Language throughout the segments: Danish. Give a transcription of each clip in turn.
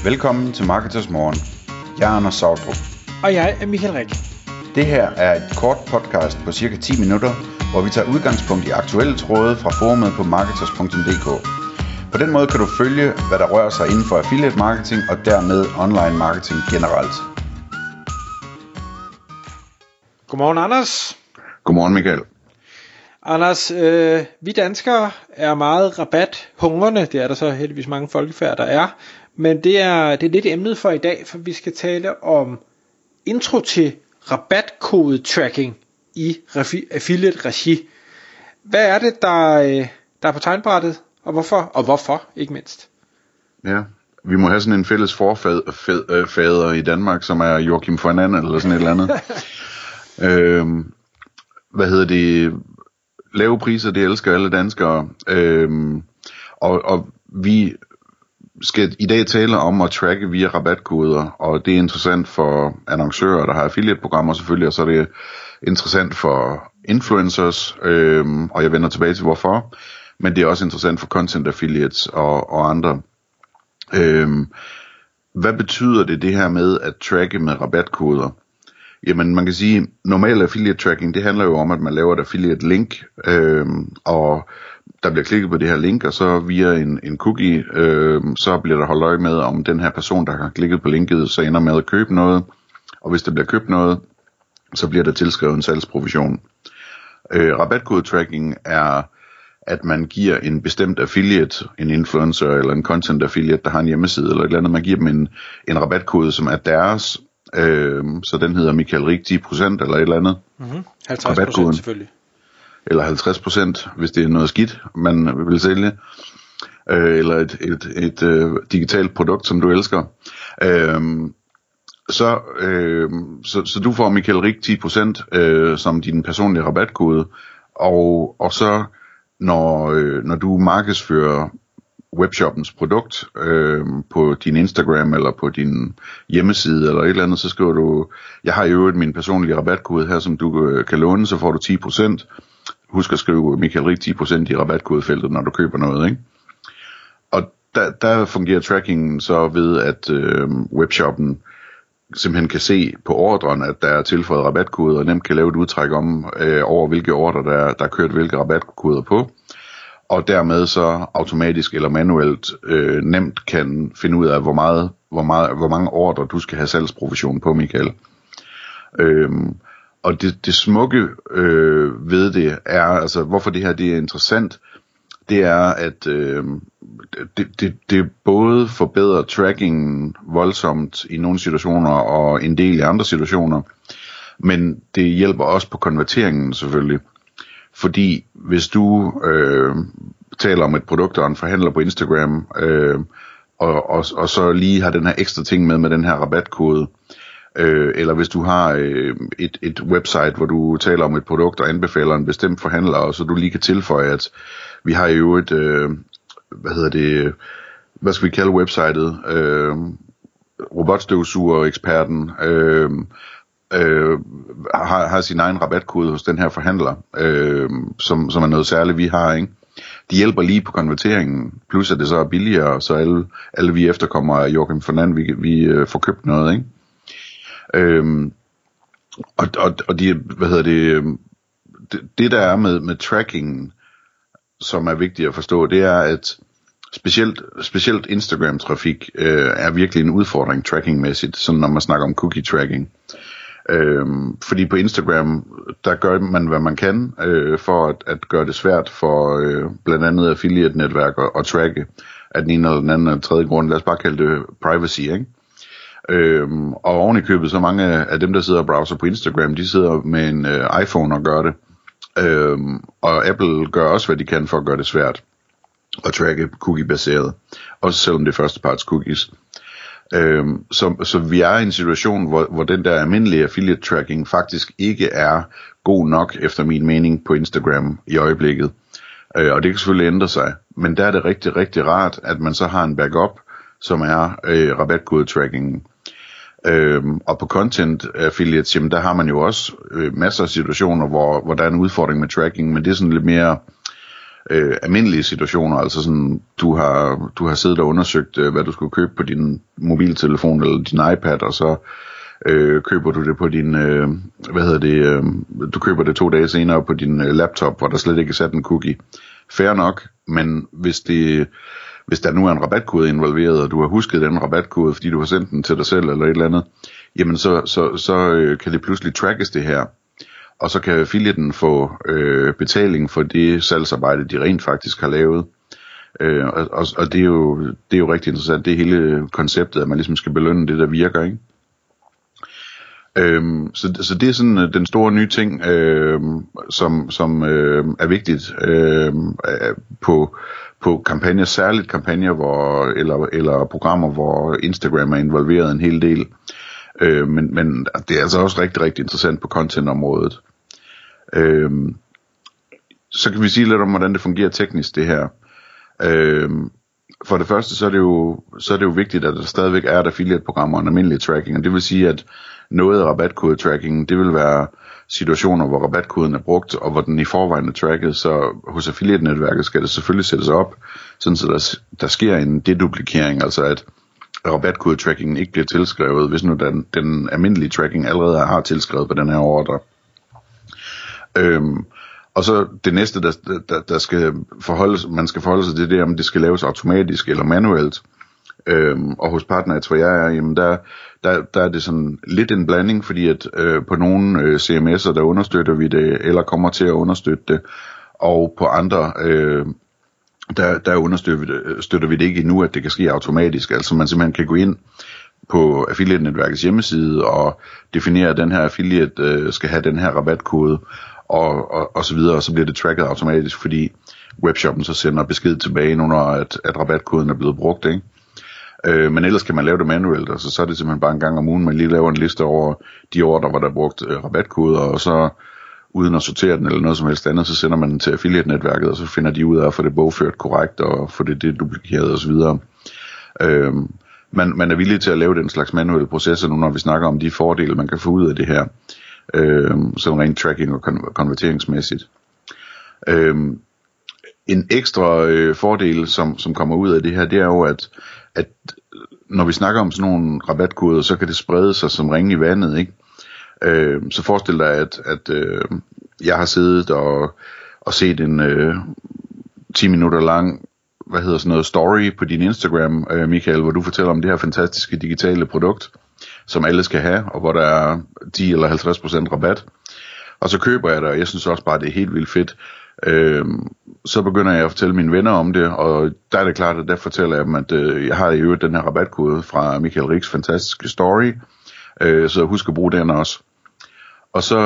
Velkommen til Marketers Morgen. Jeg er Anders Sautrup. Og jeg er Michael Rik. Det her er et kort podcast på cirka 10 minutter, hvor vi tager udgangspunkt i aktuelle tråde fra forumet på marketers.dk. På den måde kan du følge, hvad der rører sig inden for affiliate marketing og dermed online marketing generelt. Godmorgen, Anders. Godmorgen, Michael. Anders, vi danskere er meget rabathungrende. Det er der så heldigvis mange folkefærd, der er. Men det er lidt emnet for i dag, for vi skal tale om intro til rabatkode-tracking i affiliate-regi. Hvad er det, der er på tegnbrættet, og hvorfor ikke mindst? Ja, vi må have sådan en fælles forfader i Danmark, som er Joachim von Anden eller sådan et eller andet. Lave priser, det elsker alle danskere. Og vi skal i dag tale om at tracke via rabatkoder, og det er interessant for annoncører, der har affiliate-programmer selvfølgelig, og så er det interessant for influencers, og jeg vender tilbage til hvorfor, men det er også interessant for content affiliates og andre. Hvad betyder det her med at tracke med rabatkoder? Jamen man kan sige, normal affiliate tracking, det handler jo om, at man laver et affiliate link, og der bliver klikket på det her link, og så via en cookie, så bliver der holdt øje med, om den her person, der har klikket på linket, så ender med at købe noget, og hvis der bliver købt noget, så bliver der tilskrevet en salgsprovision. Rabatkode-tracking er, at man giver en bestemt affiliate, en influencer eller en content affiliate, der har en hjemmeside eller et eller andet, man giver dem en rabatkode, som er deres, så den hedder Michael Rik 10% eller et eller andet. 50% selvfølgelig. Eller 50%, hvis det er noget skidt, man vil sælge. Eller et digitalt produkt, som du elsker. Så du får Michael Rik 10% som din personlige rabatkode. Og så når du markedsfører webshoppens produkt på din Instagram eller på din hjemmeside eller et eller andet, så skriver du, jeg har jo min personlige rabatkode her, som du kan låne, så får du 10%. Husk at skrive Michael Rik 10% i rabatkodefeltet, når du køber noget, ikke? Og der fungerer trackingen så ved, at webshoppen simpelthen kan se på ordren, at der er tilføjet rabatkoder, og nemt kan lave et udtræk om over hvilke ordre, der er kørt hvilke rabatkoder på. Og dermed så automatisk eller manuelt nemt kan finde ud af, hvor mange ordre du skal have salgsprovision på, Michael. Og det smukke ved det er, altså hvorfor det her det er interessant, det er, at det både forbedrer trackingen voldsomt i nogle situationer og en del i andre situationer, men det hjælper også på konverteringen selvfølgelig. Fordi hvis du taler om et produkt og en forhandler på Instagram, og så lige har den her ekstra ting med den her rabatkode, eller hvis du har et website, hvor du taler om et produkt og anbefaler en bestemt forhandler, og så du lige kan tilføje, at vi har jo et, hvad skal vi kalde websitet, robotstøvsuger-eksperten, har sin egen rabatkode hos den her forhandler, som er noget særligt, vi har, ikke? De hjælper lige på konverteringen, plus at det så er billigere, så alle vi efterkommer af Joachim von Anden, vi får købt noget, ikke? Og det der er med trackingen, som er vigtigt at forstå, det er, at specielt Instagram-trafik er virkelig en udfordring trackingmæssigt, sådan når man snakker om cookie-tracking. Fordi på Instagram, der gør man, hvad man kan, for at gøre det svært for blandt andet affiliate-netværk at tracke af den ene eller den anden eller tredje grund. Lad os bare kalde det privacy, ikke? Og oven i købet, så mange af dem, der sidder og browser på Instagram, de sidder med en iPhone og gør det. Og Apple gør også, hvad de kan for at gøre det svært at tracke cookie-baseret. Også selvom det er førsteparts cookies. Så vi er i en situation, hvor den der almindelige affiliate tracking faktisk ikke er god nok, efter min mening, på Instagram i øjeblikket. Og det kan selvfølgelig ændre sig. Men der er det rigtig, rigtig rart, at man så har en backup, som er rabatkode-trackingen. Og på content affiliates, jamen der har man jo også masser af situationer, hvor der er en udfordring med tracking, men det er sådan lidt mere almindelige situationer, altså sådan, du har siddet og undersøgt, hvad du skulle købe på din mobiltelefon eller din iPad, og så køber du det på din, du køber det 2 dage senere på din laptop, hvor der slet ikke er sat en cookie. Fair nok, men hvis der nu er en rabatkode involveret, og du har husket den rabatkode, fordi du har sendt den til dig selv eller et eller andet, jamen så kan det pludselig trackes det her. Og så kan affiliaten få betaling for det salgsarbejde, de rent faktisk har lavet. Og det er jo rigtig interessant. Det er hele konceptet, at man ligesom skal belønne det, der virker, ikke? Så det er sådan den store nye ting, som er vigtigt på kampagner, særligt kampagner, eller programmer, hvor Instagram er involveret en hel del. Men det er altså også rigtig, rigtig interessant på contentområdet. Så kan vi sige lidt om, hvordan det fungerer teknisk, det her. For det første, så er det jo vigtigt, at der stadigvæk er et affiliate-program og en almindelig tracking, og det vil sige, at noget af rabatkode-trackingen, det vil være situationer, hvor rabatkoden er brugt, og hvor den i forvejen er tracket, så hos affiliate-netværket skal det selvfølgelig sættes op, sådan så der sker en deduplikering, altså at rabatkode-trackingen ikke bliver tilskrevet, hvis nu den almindelige tracking allerede har tilskrevet på den her ordre. Og så det næste, der skal man skal forholde sig til, det er, om det skal laves automatisk eller manuelt. Og hos Partners, hvor jeg er, jamen der er det sådan lidt en blanding, fordi at på nogle CMS'er, der understøtter vi det, eller kommer til at understøtte det, og på andre, der understøtter vi det ikke endnu, at det kan ske automatisk. Altså man simpelthen kan gå ind på affiliate-netværkets hjemmeside og definere, at den her affiliate skal have den her rabatkode, og så videre, og så bliver det tracket automatisk, fordi webshoppen så sender besked tilbage, når at rabatkoden er blevet brugt, ikke? Men ellers kan man lave det manuelt, altså så er det simpelthen bare en gang om ugen, man lige laver en liste over de ordrer, hvor der er brugt rabatkoder, og så uden at sortere den eller noget som helst andet, så sender man den til affiliate-netværket, og så finder de ud af at få det bogført korrekt, og få det duplikeret osv. Man er villig til at lave den slags manuelle processer nu, når vi snakker om de fordele, man kan få ud af det her, sådan rent tracking og konverteringsmæssigt. En ekstra fordel, som kommer ud af det her, det er jo, at når vi snakker om sådan nogle rabatkoder, så kan det sprede sig som ringe i vandet, ikke? Så forestil dig, at jeg har siddet og set en 10 minutter lang, story på din Instagram, Michael, hvor du fortæller om det her fantastiske digitale produkt, som alle skal have, og hvor der er 10 eller 50% rabat. Og så køber jeg det, og jeg synes også bare, det er helt vildt fedt. Så begynder jeg at fortælle mine venner om det, og der er det klart, at der fortæller jeg dem, at jeg har i øvrigt den her rabatkode fra Michael Riks fantastiske story, så husk at bruge den også. Og så,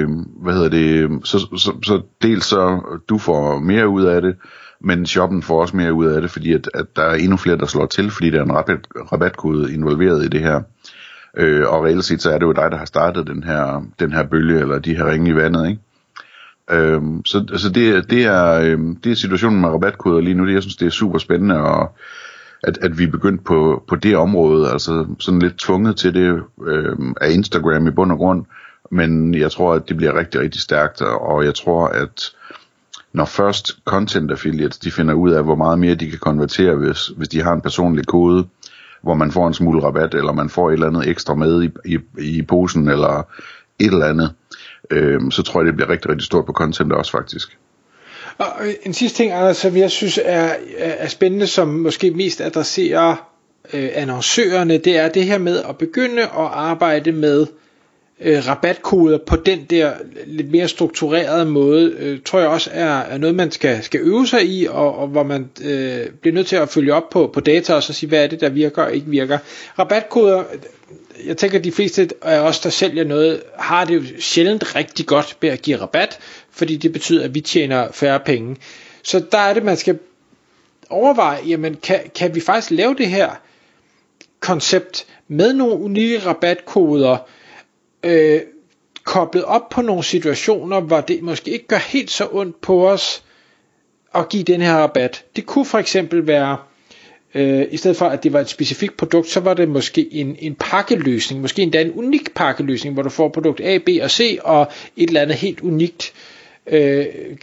så dels så du får mere ud af det, men shoppen får også mere ud af det, fordi at der er endnu flere, der slår til, fordi der er en rabatkode involveret i det her. Og reelt set, så er det jo dig, der har startet den her bølge, eller de her ringe i vandet, ikke? Så det er situationen med rabatkoder lige nu. Jeg synes, det er super spændende, og at vi er begyndt på det område, altså sådan lidt tvunget til det af Instagram i bund og grund, men jeg tror, at det bliver rigtig, rigtig stærkt, og jeg tror, at når først content affiliates, de finder ud af, hvor meget mere de kan konvertere, hvis de har en personlig kode, hvor man får en smule rabat, eller man får et eller andet ekstra med i posen, eller et eller andet, så tror jeg, det bliver rigtig, rigtig stort på content også faktisk. Og en sidste ting, Anders, som jeg synes er spændende, som måske mest adresserer annoncørerne, det er det her med at begynde at arbejde med rabatkoder på den der lidt mere strukturerede måde, tror jeg også er noget, man skal øve sig i, og hvor man bliver nødt til at følge op på data, og så sige, hvad er det, der virker og ikke virker. Rabatkoder, jeg tænker, at de fleste af os, der sælger noget, har det jo sjældent rigtig godt med at give rabat, fordi det betyder, at vi tjener færre penge. Så der er det, man skal overveje, jamen kan vi faktisk lave det her koncept med nogle unikke rabatkoder, koblet op på nogle situationer, hvor det måske ikke gør helt så ondt på os at give den her rabat. Det kunne for eksempel være, i stedet for at det var et specifikt produkt, så var det måske en pakkeløsning, måske endda en unik pakkeløsning, hvor du får produkt A, B og C, og et eller andet helt unikt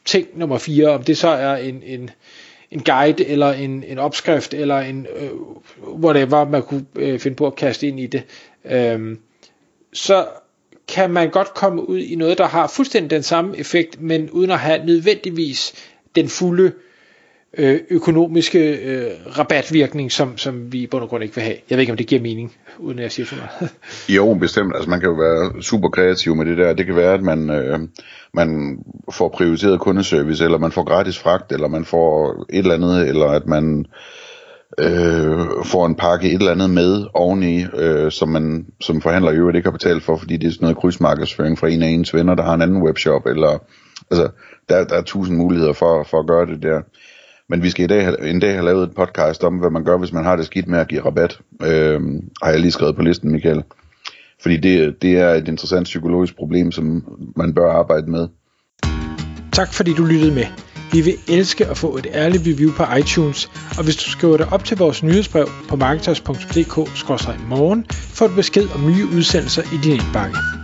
ting nummer 4, om det så er en guide, eller en opskrift, eller en whatever, man kunne finde på at kaste ind i det, så kan man godt komme ud i noget, der har fuldstændig den samme effekt, men uden at have nødvendigvis den fulde økonomiske rabatvirkning, som vi i bund og grund ikke vil have. Jeg ved ikke, om det giver mening, uden at jeg siger for meget. Jo, bestemt. Altså man kan jo være super kreativ med det der. Det kan være, at man får prioriteret kundeservice, eller man får gratis fragt, eller man får et eller andet, eller at man får en pakke et eller andet med oveni, som man som forhandler i øvrigt ikke har betalt for, fordi det er sådan noget krydsmarkedsføring fra en af ens venner, der har en anden webshop, eller altså der er 1000 muligheder for at gøre det der. Men vi skal en dag have lavet et podcast om, hvad man gør, hvis man har det skidt med at give rabat. Har jeg lige skrevet på listen, Michael. Fordi det er et interessant psykologisk problem, som man bør arbejde med. Tak fordi du lyttede med. Vi vil elske at få et ærligt review på iTunes, og hvis du skriver dig op til vores nyhedsbrev på marketers.dk/morgen, får du besked om nye udsendelser i din indbakke.